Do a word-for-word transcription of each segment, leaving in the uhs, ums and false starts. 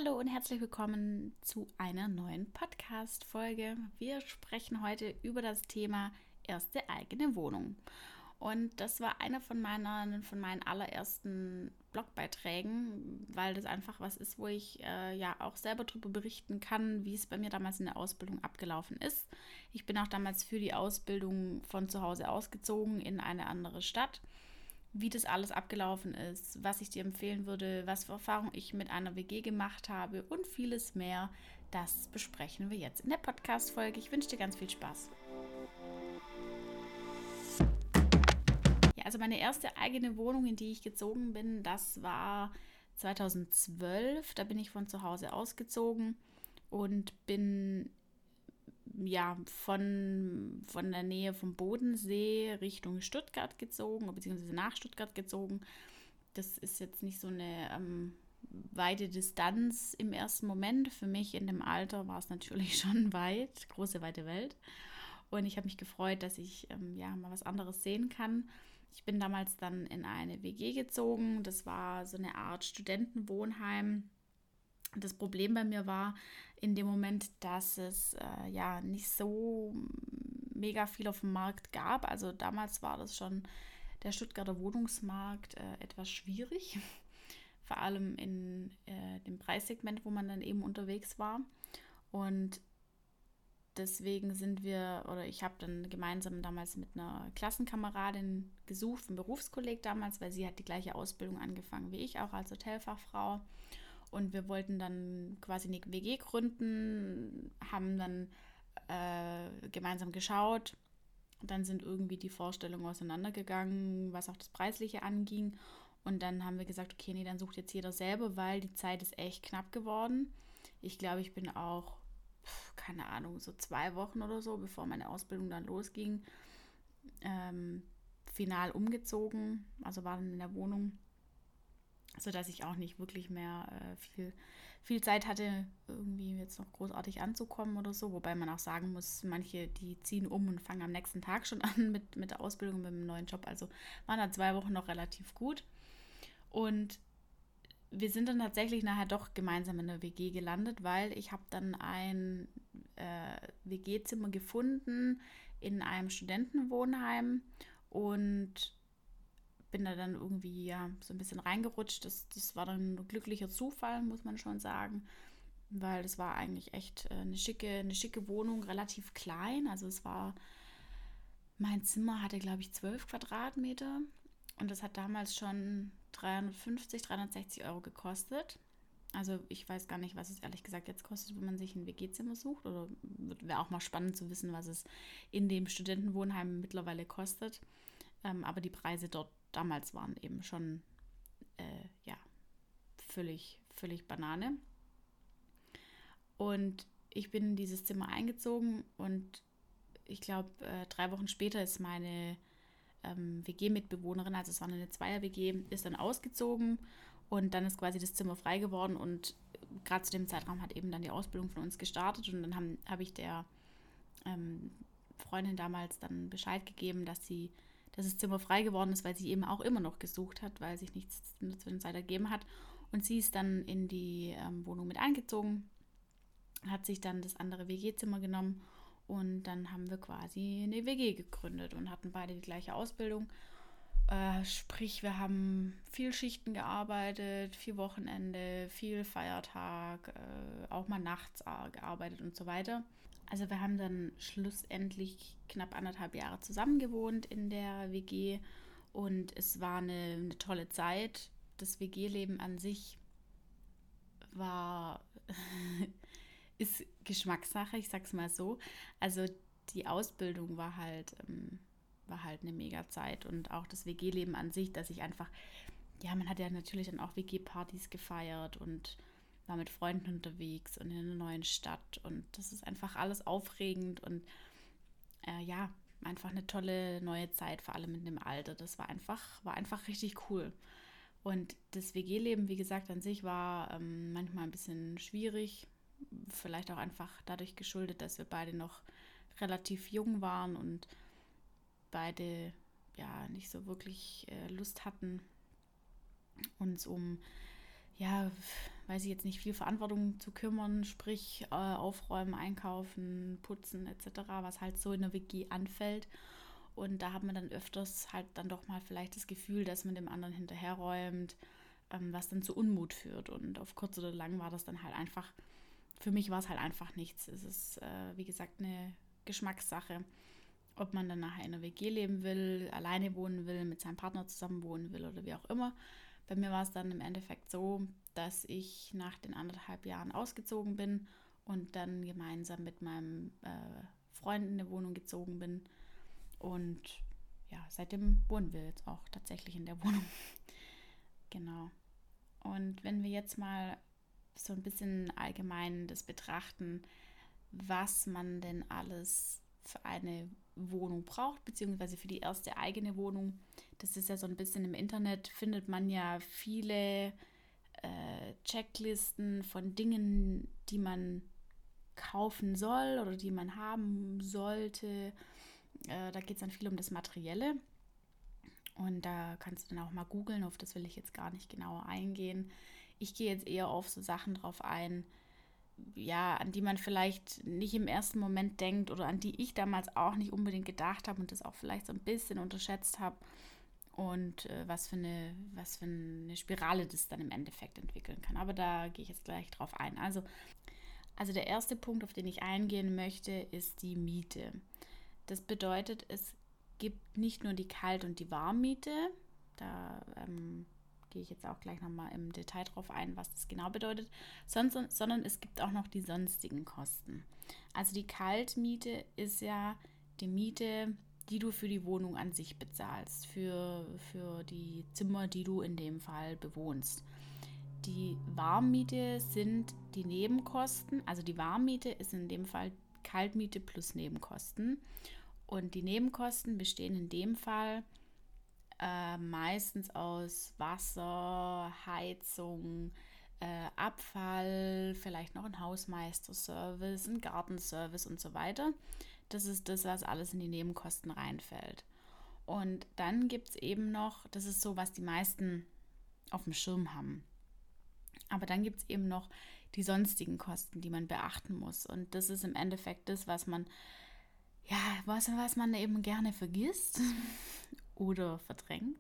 Hallo und herzlich willkommen zu einer neuen Podcast-Folge. Wir sprechen heute über das Thema erste eigene Wohnung. Und das war einer von, meiner, von meinen allerersten Blogbeiträgen, weil das einfach was ist, wo ich äh, ja auch selber darüber berichten kann, wie es bei mir damals in der Ausbildung abgelaufen ist. Ich bin auch damals für die Ausbildung von zu Hause ausgezogen in eine andere Stadt. Wie das alles abgelaufen ist, was ich dir empfehlen würde, was für Erfahrungen ich mit einer W G gemacht habe und vieles mehr, das besprechen wir jetzt in der Podcast-Folge. Ich wünsche dir ganz viel Spaß. Ja, also meine erste eigene Wohnung, in die ich gezogen bin, das war zweitausendzwölf. Da bin ich von zu Hause ausgezogen und bin ja, von, von der Nähe vom Bodensee Richtung Stuttgart gezogen, beziehungsweise nach Stuttgart gezogen. Das ist jetzt nicht so eine ähm, weite Distanz im ersten Moment. Für mich in dem Alter war es natürlich schon weit, große, weite Welt. Und ich habe mich gefreut, dass ich ähm, ja, mal was anderes sehen kann. Ich bin damals dann in eine W G gezogen. Das war so eine Art Studentenwohnheim. Das Problem bei mir war in dem Moment, dass es äh, ja nicht so mega viel auf dem Markt gab. Also damals war das schon der Stuttgarter Wohnungsmarkt äh, etwas schwierig, vor allem in äh, dem Preissegment, wo man dann eben unterwegs war. Und deswegen sind wir, oder ich habe dann gemeinsam damals mit einer Klassenkameradin gesucht, ein Berufskolleg damals, weil sie hat die gleiche Ausbildung angefangen wie ich, auch als Hotelfachfrau. Und wir wollten dann quasi eine W G gründen, haben dann äh, gemeinsam geschaut. Dann sind irgendwie die Vorstellungen auseinandergegangen, was auch das Preisliche anging. Und dann haben wir gesagt, okay, nee, dann sucht jetzt jeder selber, weil die Zeit ist echt knapp geworden. Ich glaube, ich bin auch, keine Ahnung, so zwei Wochen oder so, bevor meine Ausbildung dann losging, ähm, final umgezogen. Also war dann in der Wohnung, sodass ich auch nicht wirklich mehr äh, viel, viel Zeit hatte, irgendwie jetzt noch großartig anzukommen oder so. Wobei man auch sagen muss, manche, die ziehen um und fangen am nächsten Tag schon an mit, mit der Ausbildung, mit dem neuen Job. Also waren da zwei Wochen noch relativ gut. Und wir sind dann tatsächlich nachher doch gemeinsam in der W G gelandet, weil ich habe dann ein äh, W G-Zimmer gefunden in einem Studentenwohnheim und bin da dann irgendwie ja so ein bisschen reingerutscht. Das, das war dann ein glücklicher Zufall, muss man schon sagen, weil das war eigentlich echt eine schicke, eine schicke Wohnung, relativ klein. Also es war, mein Zimmer hatte, glaube ich, zwölf Quadratmeter und das hat damals schon dreihundertfünfzig, dreihundertsechzig Euro gekostet. Also ich weiß gar nicht, was es ehrlich gesagt jetzt kostet, wenn man sich ein W G-Zimmer sucht. Oder wäre auch mal spannend zu wissen, was es in dem Studentenwohnheim mittlerweile kostet. Ähm, aber die Preise dort damals waren eben schon äh, ja, völlig, völlig Banane. Und ich bin in dieses Zimmer eingezogen und ich glaube, äh, drei Wochen später ist meine ähm, W G-Mitbewohnerin, also es war eine Zweier-W G, ist dann ausgezogen und dann ist quasi das Zimmer frei geworden und gerade zu dem Zeitraum hat eben dann die Ausbildung von uns gestartet und dann habe hab ich der ähm, Freundin damals dann Bescheid gegeben, dass sie dass das Zimmer frei geworden ist, weil sie eben auch immer noch gesucht hat, weil sich nichts in der Zwischenzeit ergeben hat. Und sie ist dann in die ähm, Wohnung mit eingezogen, hat sich dann das andere W G-Zimmer genommen und dann haben wir quasi eine W G gegründet und hatten beide die gleiche Ausbildung. Äh, sprich, wir haben viel Schichten gearbeitet, viel Wochenende, viel Feiertag, äh, auch mal nachts gearbeitet und so weiter. Also wir haben dann schlussendlich knapp anderthalb Jahre zusammen gewohnt in der W G und es war eine, eine tolle Zeit. Das W G-Leben an sich war, ist Geschmackssache, ich sag's mal so. Also die Ausbildung war halt, ähm, war halt eine mega Zeit und auch das W G-Leben an sich, dass ich einfach, ja, man hat ja natürlich dann auch W G-Partys gefeiert und war mit Freunden unterwegs und in einer neuen Stadt und das ist einfach alles aufregend und äh, ja, einfach eine tolle neue Zeit, vor allem in dem Alter. Das war einfach, war einfach richtig cool. Und das W G-Leben, wie gesagt, an sich war ähm, manchmal ein bisschen schwierig, vielleicht auch einfach dadurch geschuldet, dass wir beide noch relativ jung waren und beide ja nicht so wirklich äh, Lust hatten, uns um ja, weiß ich jetzt nicht, viel Verantwortung zu kümmern, sprich äh, aufräumen, einkaufen, putzen et cetera, was halt so in der W G anfällt. Und da hat man dann öfters halt dann doch mal vielleicht das Gefühl, dass man dem anderen hinterherräumt, ähm, was dann zu Unmut führt. Und auf kurz oder lang war das dann halt einfach, für mich war es halt einfach nichts. Es ist, äh, wie gesagt, eine Geschmackssache, ob man dann nachher in einer W G leben will, alleine wohnen will, mit seinem Partner zusammen wohnen will oder wie auch immer. Bei mir war es dann im Endeffekt so, dass ich nach den anderthalb Jahren ausgezogen bin und dann gemeinsam mit meinem äh, Freund in eine Wohnung gezogen bin. Und ja, seitdem wohnen wir jetzt auch tatsächlich in der Wohnung. Genau. Und wenn wir jetzt mal so ein bisschen allgemein das betrachten, was man denn alles für eine Wohnung braucht, beziehungsweise für die erste eigene Wohnung. Das ist ja so ein bisschen im Internet, findet man ja viele äh, Checklisten von Dingen, die man kaufen soll oder die man haben sollte. Äh, da geht es dann viel um das Materielle. Und da kannst du dann auch mal googeln, auf das will ich jetzt gar nicht genauer eingehen. Ich gehe jetzt eher auf so Sachen drauf ein, ja, an die man vielleicht nicht im ersten Moment denkt oder an die ich damals auch nicht unbedingt gedacht habe und das auch vielleicht so ein bisschen unterschätzt habe und äh, was für eine, was für eine Spirale das dann im Endeffekt entwickeln kann. Aber da gehe ich jetzt gleich drauf ein. Also, also der erste Punkt, auf den ich eingehen möchte, ist die Miete. Das bedeutet, es gibt nicht nur die Kalt- und die Warmmiete, da ähm, gehe ich jetzt auch gleich nochmal im Detail drauf ein, was das genau bedeutet, sondern, sondern es gibt auch noch die sonstigen Kosten. Also die Kaltmiete ist ja die Miete, die du für die Wohnung an sich bezahlst, für, für die Zimmer, die du in dem Fall bewohnst. Die Warmmiete sind die Nebenkosten, also die Warmmiete ist in dem Fall Kaltmiete plus Nebenkosten. Und die Nebenkosten bestehen in dem Fall äh, meistens aus Wasser, Heizung, äh, Abfall, vielleicht noch ein Hausmeisterservice, ein Gartenservice und so weiter. Das ist das, was alles in die Nebenkosten reinfällt. Und dann gibt es eben noch, das ist so, was die meisten auf dem Schirm haben. Aber dann gibt es eben noch die sonstigen Kosten, die man beachten muss. Und das ist im Endeffekt das, was man, ja, was, was man eben gerne vergisst oder verdrängt.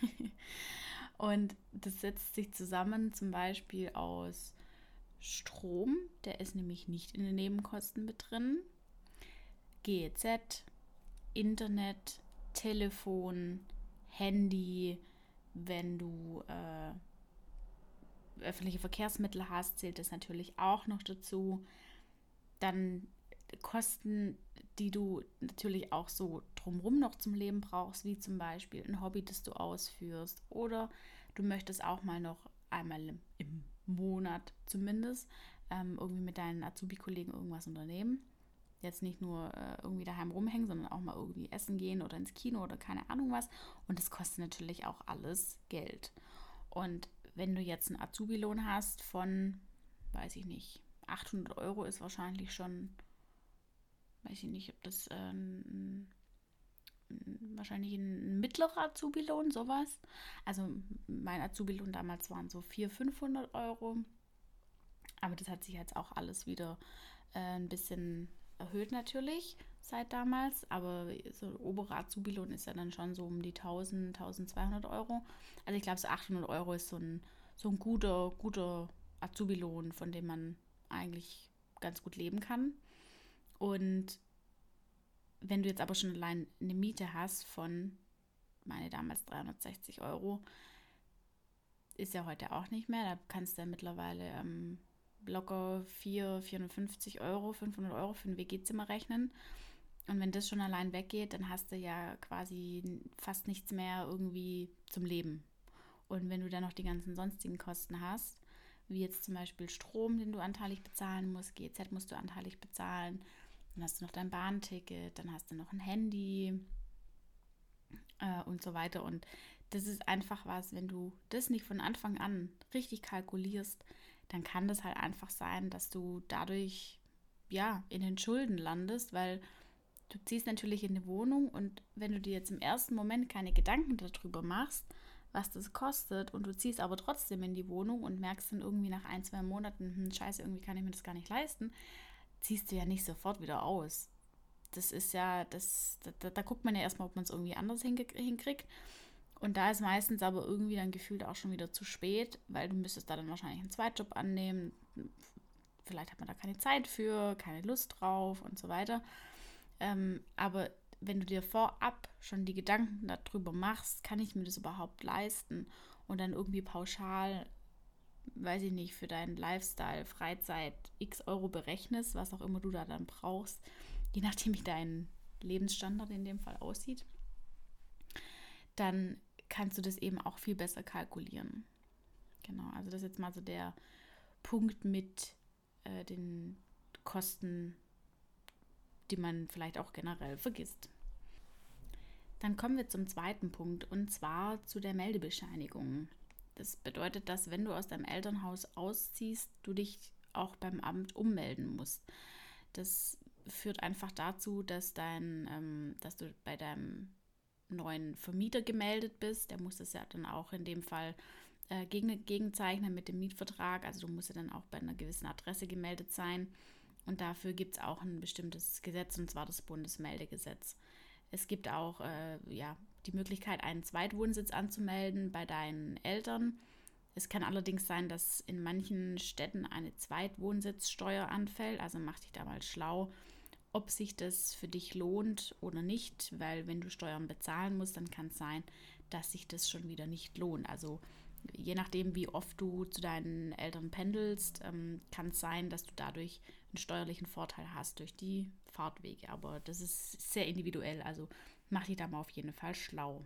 Und das setzt sich zusammen zum Beispiel aus Strom, der ist nämlich nicht in den Nebenkosten mit drin, G E Z, Internet, Telefon, Handy, wenn du äh, öffentliche Verkehrsmittel hast, zählt das natürlich auch noch dazu. Dann Kosten, die du natürlich auch so drumherum noch zum Leben brauchst, wie zum Beispiel ein Hobby, das du ausführst, oder du möchtest auch mal noch einmal im, im Monat zumindest ähm, irgendwie mit deinen Azubi-Kollegen irgendwas unternehmen. Jetzt nicht nur äh, irgendwie daheim rumhängen, sondern auch mal irgendwie essen gehen oder ins Kino oder keine Ahnung was. Und das kostet natürlich auch alles Geld. Und wenn du jetzt einen Azubi-Lohn hast von, weiß ich nicht, achthundert Euro ist wahrscheinlich schon, weiß ich nicht, ob das äh, ein, wahrscheinlich ein mittlerer Azubi-Lohn, sowas. Also mein Azubi-Lohn damals waren so vierhundert, fünfhundert Euro. Aber das hat sich jetzt auch alles wieder äh, ein bisschen erhöht natürlich seit damals. Aber so ein oberer Azubi-Lohn ist ja dann schon so um die tausend, tausendzweihundert Euro. Also ich glaube, so achthundert Euro ist so ein, so ein guter, guter Azubi-Lohn, von dem man eigentlich ganz gut leben kann. Und wenn du jetzt aber schon allein eine Miete hast von, meine damals dreihundertsechzig Euro, ist ja heute auch nicht mehr. Da kannst du ja mittlerweile ähm, locker vierhundert, vierhundertfünfzig Euro, fünfhundert Euro für ein W G-Zimmer rechnen. Und wenn das schon allein weggeht, dann hast du ja quasi fast nichts mehr irgendwie zum Leben. Und wenn du dann noch die ganzen sonstigen Kosten hast, wie jetzt zum Beispiel Strom, den du anteilig bezahlen musst, G E Z musst du anteilig bezahlen, dann hast du noch dein Bahnticket, dann hast du noch ein Handy äh, und so weiter. Und das ist einfach was, wenn du das nicht von Anfang an richtig kalkulierst, dann kann das halt einfach sein, dass du dadurch ja in den Schulden landest, weil du ziehst natürlich in eine Wohnung und wenn du dir jetzt im ersten Moment keine Gedanken darüber machst, was das kostet und du ziehst aber trotzdem in die Wohnung und merkst dann irgendwie nach ein, zwei Monaten, hm, scheiße, irgendwie kann ich mir das gar nicht leisten, ziehst du ja nicht sofort wieder aus. Das ist ja, das, da, da guckt man ja erstmal, ob man es irgendwie anders hinkriegt. Und da ist meistens aber irgendwie dann gefühlt auch schon wieder zu spät, weil du müsstest da dann wahrscheinlich einen Zweitjob annehmen. Vielleicht hat man da keine Zeit für, keine Lust drauf und so weiter. Ähm, aber wenn du dir vorab schon die Gedanken darüber machst, kann ich mir das überhaupt leisten und dann irgendwie pauschal, weiß ich nicht, für deinen Lifestyle, Freizeit x Euro berechnest, was auch immer du da dann brauchst, je nachdem wie dein Lebensstandard in dem Fall aussieht, dann kannst du das eben auch viel besser kalkulieren. Genau, also das ist jetzt mal so der Punkt mit äh, den Kosten, die man vielleicht auch generell vergisst. Dann kommen wir zum zweiten Punkt und zwar zu der Meldebescheinigung. Das bedeutet, dass wenn du aus deinem Elternhaus ausziehst, du dich auch beim Amt ummelden musst. Das führt einfach dazu, dass, dein, ähm, dass du bei deinem neuen Vermieter gemeldet bist. Der muss das ja dann auch in dem Fall äh, gegen, gegenzeichnen mit dem Mietvertrag. Also du musst ja dann auch bei einer gewissen Adresse gemeldet sein. Und dafür gibt es auch ein bestimmtes Gesetz, und zwar das Bundesmeldegesetz. Es gibt auch äh, ja, die Möglichkeit, einen Zweitwohnsitz anzumelden bei deinen Eltern. Es kann allerdings sein, dass in manchen Städten eine Zweitwohnsitzsteuer anfällt. Also mach dich da mal schlau, ob sich das für dich lohnt oder nicht. Weil wenn du Steuern bezahlen musst, dann kann es sein, dass sich das schon wieder nicht lohnt. Also je nachdem, wie oft du zu deinen Eltern pendelst, ähm, kann es sein, dass du dadurch einen steuerlichen Vorteil hast durch die Fahrtwege. Aber das ist sehr individuell, also mach dich da mal auf jeden Fall schlau.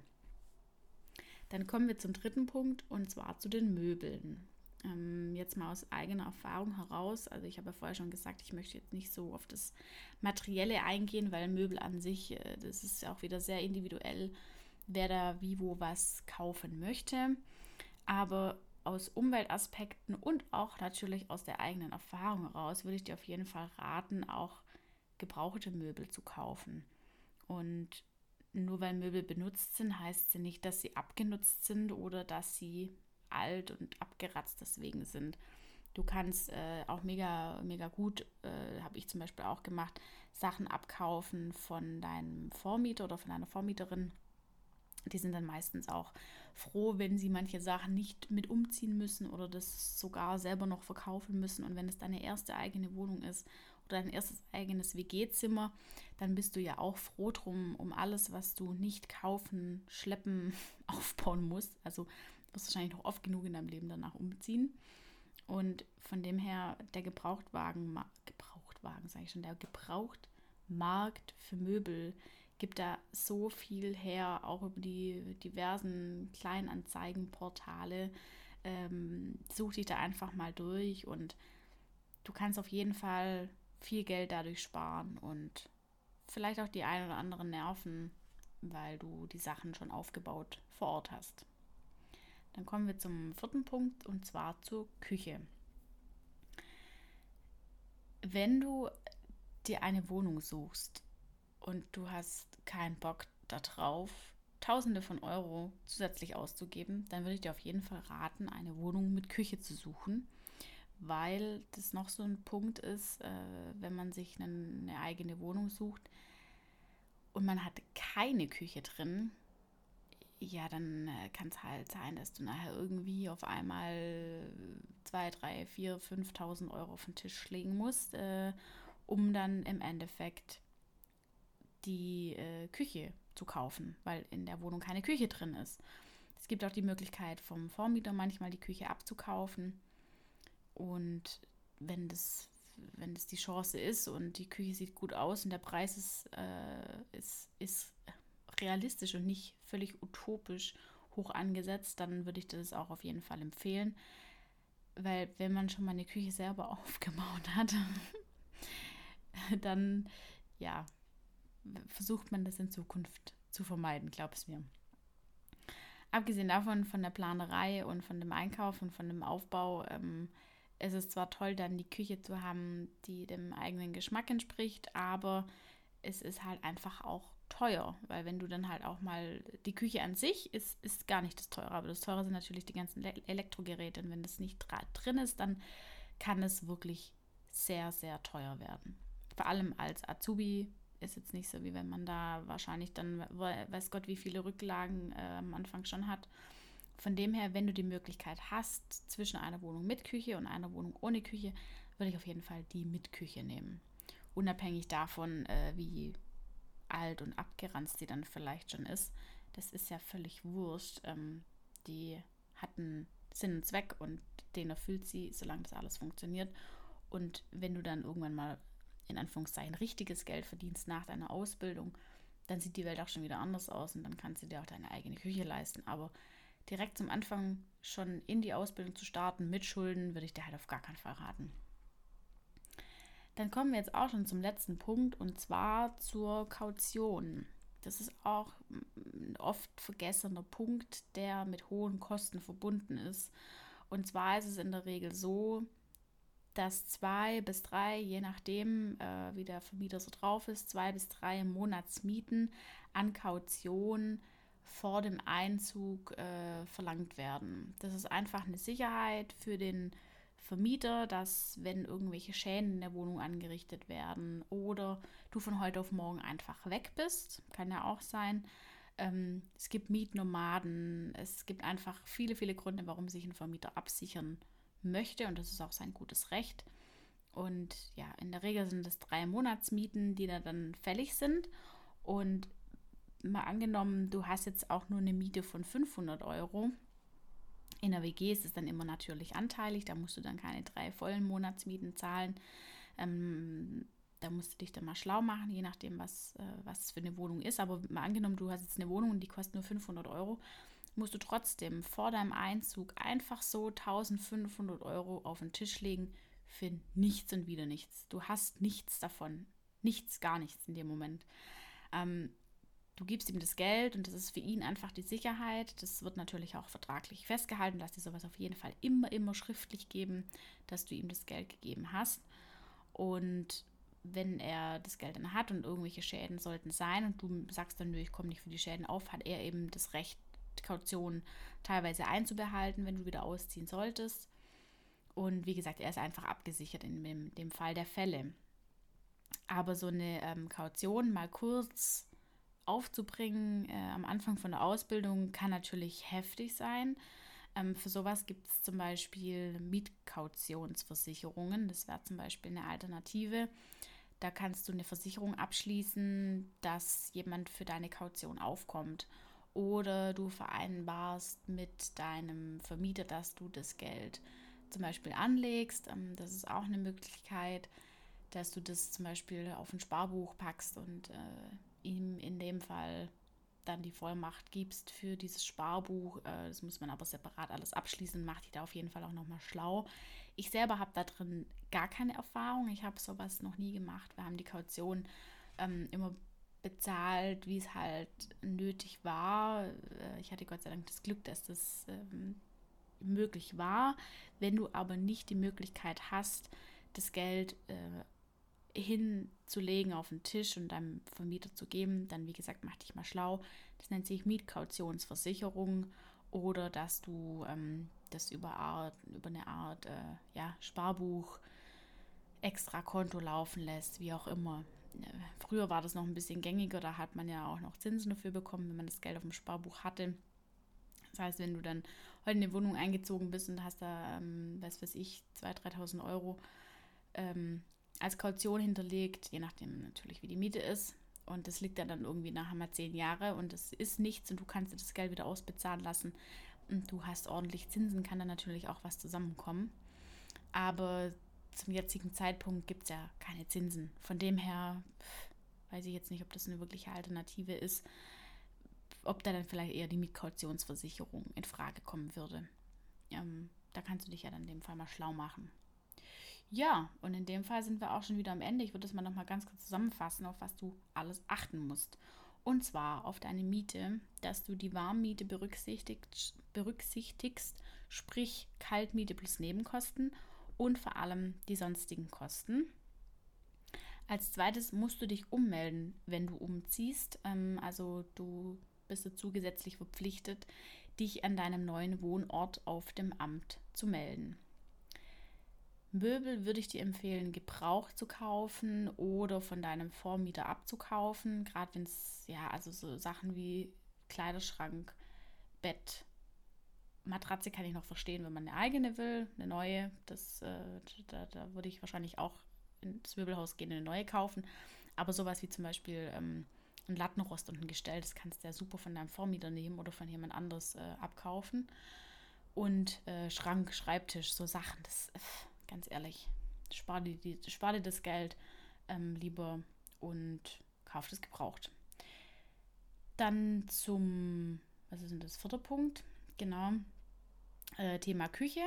Dann kommen wir zum dritten Punkt und zwar zu den Möbeln. Ähm, jetzt mal aus eigener Erfahrung heraus, also ich habe ja vorher schon gesagt, ich möchte jetzt nicht so auf das Materielle eingehen, weil Möbel an sich, äh, das ist ja auch wieder sehr individuell, wer da wie wo was kaufen möchte. Aber aus Umweltaspekten und auch natürlich aus der eigenen Erfahrung heraus würde ich dir auf jeden Fall raten, auch gebrauchte Möbel zu kaufen. Und nur weil Möbel benutzt sind, heißt sie nicht, dass sie abgenutzt sind oder dass sie alt und abgeratzt deswegen sind. Du kannst äh, auch mega, mega gut, äh, habe ich zum Beispiel auch gemacht, Sachen abkaufen von deinem Vormieter oder von deiner Vormieterin. Die sind dann meistens auch froh, wenn sie manche Sachen nicht mit umziehen müssen oder das sogar selber noch verkaufen müssen. Und wenn es deine erste eigene Wohnung ist oder dein erstes eigenes W G-Zimmer, dann bist du ja auch froh drum, um alles, was du nicht kaufen, schleppen, aufbauen musst. Also wirst du wahrscheinlich noch oft genug in deinem Leben danach umziehen. Und von dem her, der Gebrauchtwagen, Gebrauchtwagen, sage ich schon, der Gebrauchtmarkt für Möbel gibt da so viel her, auch über die diversen Kleinanzeigenportale. Ähm, such dich da einfach mal durch und du kannst auf jeden Fall viel Geld dadurch sparen und vielleicht auch die ein oder anderen Nerven, weil du die Sachen schon aufgebaut vor Ort hast. Dann kommen wir zum vierten Punkt und zwar zur Küche. Wenn du dir eine Wohnung suchst und du hast keinen Bock darauf, Tausende von Euro zusätzlich auszugeben, dann würde ich dir auf jeden Fall raten, eine Wohnung mit Küche zu suchen, weil das noch so ein Punkt ist, äh, wenn man sich eine, eine eigene Wohnung sucht und man hat keine Küche drin, ja, dann äh, kann es halt sein, dass du nachher irgendwie auf einmal zwei, drei, vier, fünftausend Euro auf den Tisch legen musst, äh, um dann im Endeffekt die äh, Küche zu kaufen, weil in der Wohnung keine Küche drin ist. Es gibt auch die Möglichkeit vom Vormieter manchmal die Küche abzukaufen und wenn das, wenn das die Chance ist und die Küche sieht gut aus und der Preis ist, äh, ist, ist realistisch und nicht völlig utopisch hoch angesetzt, dann würde ich das auch auf jeden Fall empfehlen, weil wenn man schon mal eine Küche selber aufgebaut hat, dann ja, versucht man das in Zukunft zu vermeiden, glaub's mir. Abgesehen davon, von der Planerei und von dem Einkauf und von dem Aufbau, ähm, ist es zwar toll, dann die Küche zu haben, die dem eigenen Geschmack entspricht, aber es ist halt einfach auch teuer, weil wenn du dann halt auch mal, die Küche an sich ist, ist gar nicht das Teure, aber das Teure sind natürlich die ganzen Le- Elektrogeräte und wenn das nicht dra- drin ist, dann kann es wirklich sehr, sehr teuer werden. Vor allem als Azubi ist jetzt nicht so, wie wenn man da wahrscheinlich dann, weiß Gott, wie viele Rücklagen äh, am Anfang schon hat. Von dem her, wenn du die Möglichkeit hast, zwischen einer Wohnung mit Küche und einer Wohnung ohne Küche, würde ich auf jeden Fall die mit Küche nehmen. Unabhängig davon, äh, wie alt und abgeranzt die dann vielleicht schon ist. Das ist ja völlig wurscht. Ähm, die hatten Sinn und Zweck und den erfüllt sie, solange das alles funktioniert. Und wenn du dann irgendwann mal in Anführungszeichen richtiges Geld verdienst nach deiner Ausbildung, dann sieht die Welt auch schon wieder anders aus und dann kannst du dir auch deine eigene Küche leisten. Aber direkt zum Anfang schon in die Ausbildung zu starten mit Schulden, würde ich dir halt auf gar keinen Fall raten. Dann kommen wir jetzt auch schon zum letzten Punkt und zwar zur Kaution. Das ist auch ein oft vergessener Punkt, der mit hohen Kosten verbunden ist. Und zwar ist es in der Regel so, dass zwei bis drei, je nachdem, äh, wie der Vermieter so drauf ist, zwei bis drei Monatsmieten an Kaution vor dem Einzug äh, verlangt werden. Das ist einfach eine Sicherheit für den Vermieter, dass wenn irgendwelche Schäden in der Wohnung angerichtet werden oder du von heute auf morgen einfach weg bist, kann ja auch sein. Ähm, es gibt Mietnomaden, es gibt einfach viele, viele Gründe, warum sich ein Vermieter absichern möchte und das ist auch sein gutes Recht. Und ja, in der Regel sind es drei Monatsmieten, die da dann fällig sind. Und mal angenommen, du hast jetzt auch nur eine Miete von fünfhundert Euro. In der W G ist es dann immer natürlich anteilig, da musst du dann keine drei vollen Monatsmieten zahlen. Ähm, da musst du dich dann mal schlau machen, je nachdem, was, äh, was es für eine Wohnung ist. Aber mal angenommen, du hast jetzt eine Wohnung und die kostet nur fünfhundert Euro, musst du trotzdem vor deinem Einzug einfach so eintausendfünfhundert Euro auf den Tisch legen für nichts und wieder nichts. Du hast nichts davon. Nichts, gar nichts in dem Moment. Ähm, Du gibst ihm das Geld und das ist für ihn einfach die Sicherheit. Das wird natürlich auch vertraglich festgehalten, dass dir sowas auf jeden Fall immer, immer schriftlich geben, dass du ihm das Geld gegeben hast. Und wenn er das Geld dann hat und irgendwelche Schäden sollten sein und du sagst dann, nö, ich komme nicht für die Schäden auf, hat er eben das Recht, Kaution teilweise einzubehalten, wenn du wieder ausziehen solltest. Und wie gesagt, er ist einfach abgesichert in dem, dem Fall der Fälle. Aber so eine ähm, Kaution mal kurz aufzubringen äh, am Anfang von der Ausbildung kann natürlich heftig sein. Ähm, für sowas gibt es zum Beispiel Mietkautionsversicherungen. Das wäre zum Beispiel eine Alternative. Da kannst du eine Versicherung abschließen, dass jemand für deine Kaution aufkommt. Oder du vereinbarst mit deinem Vermieter, dass du das Geld zum Beispiel anlegst. Ähm, das ist auch eine Möglichkeit, dass du das zum Beispiel auf ein Sparbuch packst und äh, ihm in dem Fall dann die Vollmacht gibst für dieses Sparbuch. Äh, das muss man aber separat alles abschließen, macht dich da auf jeden Fall auch nochmal schlau. Ich selber habe da drin gar keine Erfahrung. Ich habe sowas noch nie gemacht. Wir haben die Kaution ähm, immer bezahlt, wie es halt nötig war. Äh, ich hatte Gott sei Dank das Glück, dass das ähm, möglich war. Wenn du aber nicht die Möglichkeit hast, das Geld äh, hinzulegen auf den Tisch und deinem Vermieter zu geben, dann wie gesagt, mach dich mal schlau. Das nennt sich Mietkautionsversicherung oder dass du ähm, das über, Art, über eine Art äh, ja, Sparbuch, extra Konto laufen lässt, wie auch immer. Früher war das noch ein bisschen gängiger, da hat man ja auch noch Zinsen dafür bekommen, wenn man das Geld auf dem Sparbuch hatte. Das heißt, wenn du dann heute in eine Wohnung eingezogen bist und hast da, ähm, was weiß ich, zweitausend, dreitausend Euro ähm, als Kaution hinterlegt, je nachdem natürlich, wie die Miete ist. Und das liegt dann, dann irgendwie nachher mal zehn Jahre und es ist nichts und du kannst dir das Geld wieder ausbezahlen lassen und du hast ordentlich Zinsen, kann dann natürlich auch was zusammenkommen. Aber zum jetzigen Zeitpunkt gibt es ja keine Zinsen. Von dem her weiß ich jetzt nicht, ob das eine wirkliche Alternative ist, ob da dann vielleicht eher die Mietkautionsversicherung in Frage kommen würde. Ähm, da kannst du dich ja dann in dem Fall mal schlau machen. Ja, und in dem Fall sind wir auch schon wieder am Ende. Ich würde das mal nochmal ganz kurz zusammenfassen, auf was du alles achten musst. Und zwar auf deine Miete, dass du die Warmmiete berücksichtigt, berücksichtigst, sprich Kaltmiete plus Nebenkosten und vor allem die sonstigen Kosten. Als zweites musst du dich ummelden, wenn du umziehst. Ähm, also du bist dazu gesetzlich verpflichtet, dich an deinem neuen Wohnort auf dem Amt zu melden. Möbel würde ich dir empfehlen, gebraucht zu kaufen oder von deinem Vormieter abzukaufen. Gerade wenn es, ja, also so Sachen wie Kleiderschrank, Bett, Matratze kann ich noch verstehen, wenn man eine eigene will, eine neue. Das, äh, da, da würde ich wahrscheinlich auch ins Möbelhaus gehen und eine neue kaufen. Aber sowas wie zum Beispiel ähm, ein Lattenrost und ein Gestell, das kannst du ja super von deinem Vormieter nehmen oder von jemand anderes äh, abkaufen. Und äh, Schrank, Schreibtisch, so Sachen, das, äh, ganz ehrlich, spar dir, die, spar dir das Geld ähm, lieber und kauf das gebraucht. Dann zum, was ist denn das, vierter Punkt? Genau, äh, Thema Küche.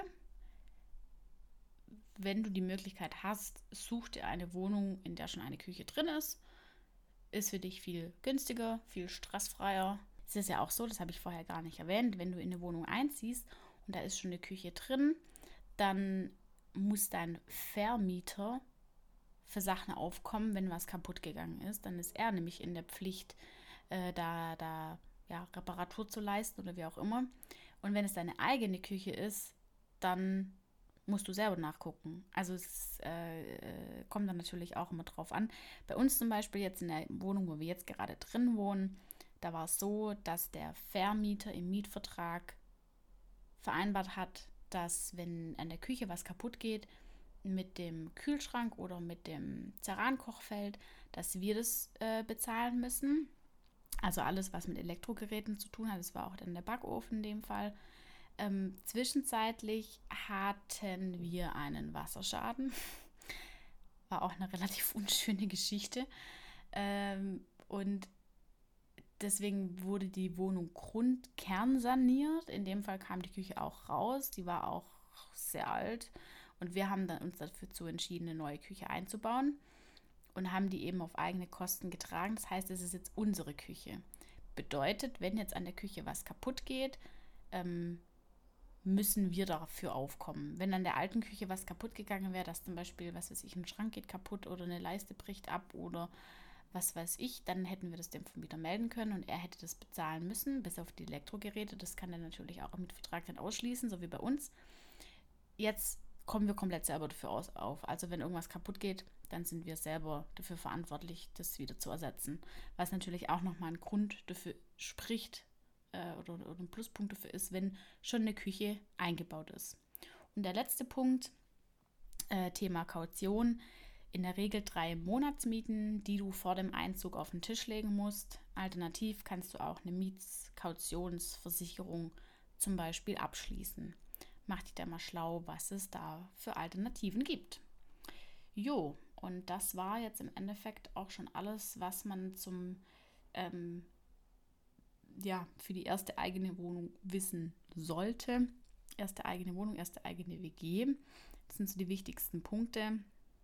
Wenn du die Möglichkeit hast, such dir eine Wohnung, in der schon eine Küche drin ist. Ist für dich viel günstiger, viel stressfreier. Es ist ja auch so, das habe ich vorher gar nicht erwähnt, wenn du in eine Wohnung einziehst und da ist schon eine Küche drin, dann muss dein Vermieter für Sachen aufkommen, wenn was kaputt gegangen ist. Dann ist er nämlich in der Pflicht, äh, da, da ja, Reparatur zu leisten oder wie auch immer. Und wenn es deine eigene Küche ist, dann musst du selber nachgucken. Also es äh, kommt dann natürlich auch immer drauf an. Bei uns zum Beispiel jetzt in der Wohnung, wo wir jetzt gerade drin wohnen, da war es so, dass der Vermieter im Mietvertrag vereinbart hat, dass wenn an der Küche was kaputt geht, mit dem Kühlschrank oder mit dem Ceran-Kochfeld, dass wir das äh, bezahlen müssen. Also alles, was mit Elektrogeräten zu tun hat. Das war auch dann der Backofen in dem Fall. Ähm, zwischenzeitlich hatten wir einen Wasserschaden. War auch eine relativ unschöne Geschichte. Ähm, und deswegen wurde die Wohnung grundkernsaniert. In dem Fall kam die Küche auch raus. Die war auch sehr alt. Und wir haben dann uns dafür zu entschieden, eine neue Küche einzubauen. Und haben die eben auf eigene Kosten getragen. Das heißt, es ist jetzt unsere Küche. Bedeutet, wenn jetzt an der Küche was kaputt geht, ähm, müssen wir dafür aufkommen. Wenn an der alten Küche was kaputt gegangen wäre, dass zum Beispiel, was weiß ich, ein Schrank geht kaputt oder eine Leiste bricht ab oder was weiß ich, dann hätten wir das dem Vermieter melden können und er hätte das bezahlen müssen, bis auf die Elektrogeräte. Das kann er natürlich auch im Vertrag dann ausschließen, so wie bei uns. Jetzt kommen wir komplett selber dafür aus, auf. Also wenn irgendwas kaputt geht, dann sind wir selber dafür verantwortlich, das wieder zu ersetzen. Was natürlich auch nochmal ein Grund dafür spricht, Oder, oder ein Pluspunkt dafür ist, wenn schon eine Küche eingebaut ist. Und der letzte Punkt, äh, Thema Kaution. In der Regel drei Monatsmieten, die du vor dem Einzug auf den Tisch legen musst. Alternativ kannst du auch eine Mietskautionsversicherung zum Beispiel abschließen. Mach dich da mal schlau, was es da für Alternativen gibt. Jo, und das war jetzt im Endeffekt auch schon alles, was man zum ähm, ja, für die erste eigene Wohnung wissen sollte. Erste eigene Wohnung, erste eigene W G. Das sind so die wichtigsten Punkte.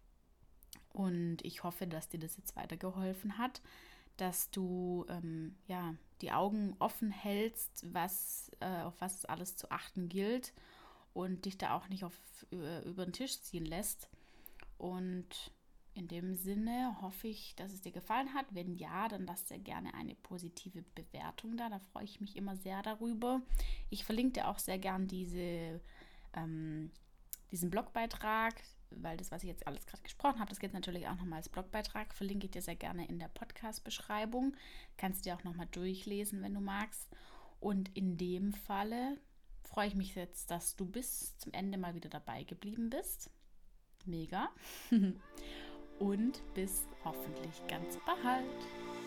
Und ich hoffe, dass dir das jetzt weitergeholfen hat, dass du ähm, ja, die Augen offen hältst, was, äh, auf was es alles zu achten gilt und dich da auch nicht auf, über, über den Tisch ziehen lässt. Und in dem Sinne hoffe ich, dass es dir gefallen hat. Wenn ja, dann lass dir gerne eine positive Bewertung da. Da freue ich mich immer sehr darüber. Ich verlinke dir auch sehr gern diese, ähm, diesen Blogbeitrag, weil das, was ich jetzt alles gerade gesprochen habe, das geht natürlich auch nochmal als Blogbeitrag. Verlinke ich dir sehr gerne in der Podcast-Beschreibung. Kannst du dir auch nochmal durchlesen, wenn du magst. Und in dem Falle freue ich mich jetzt, dass du bis zum Ende mal wieder dabei geblieben bist. Mega. Und bis hoffentlich ganz bald.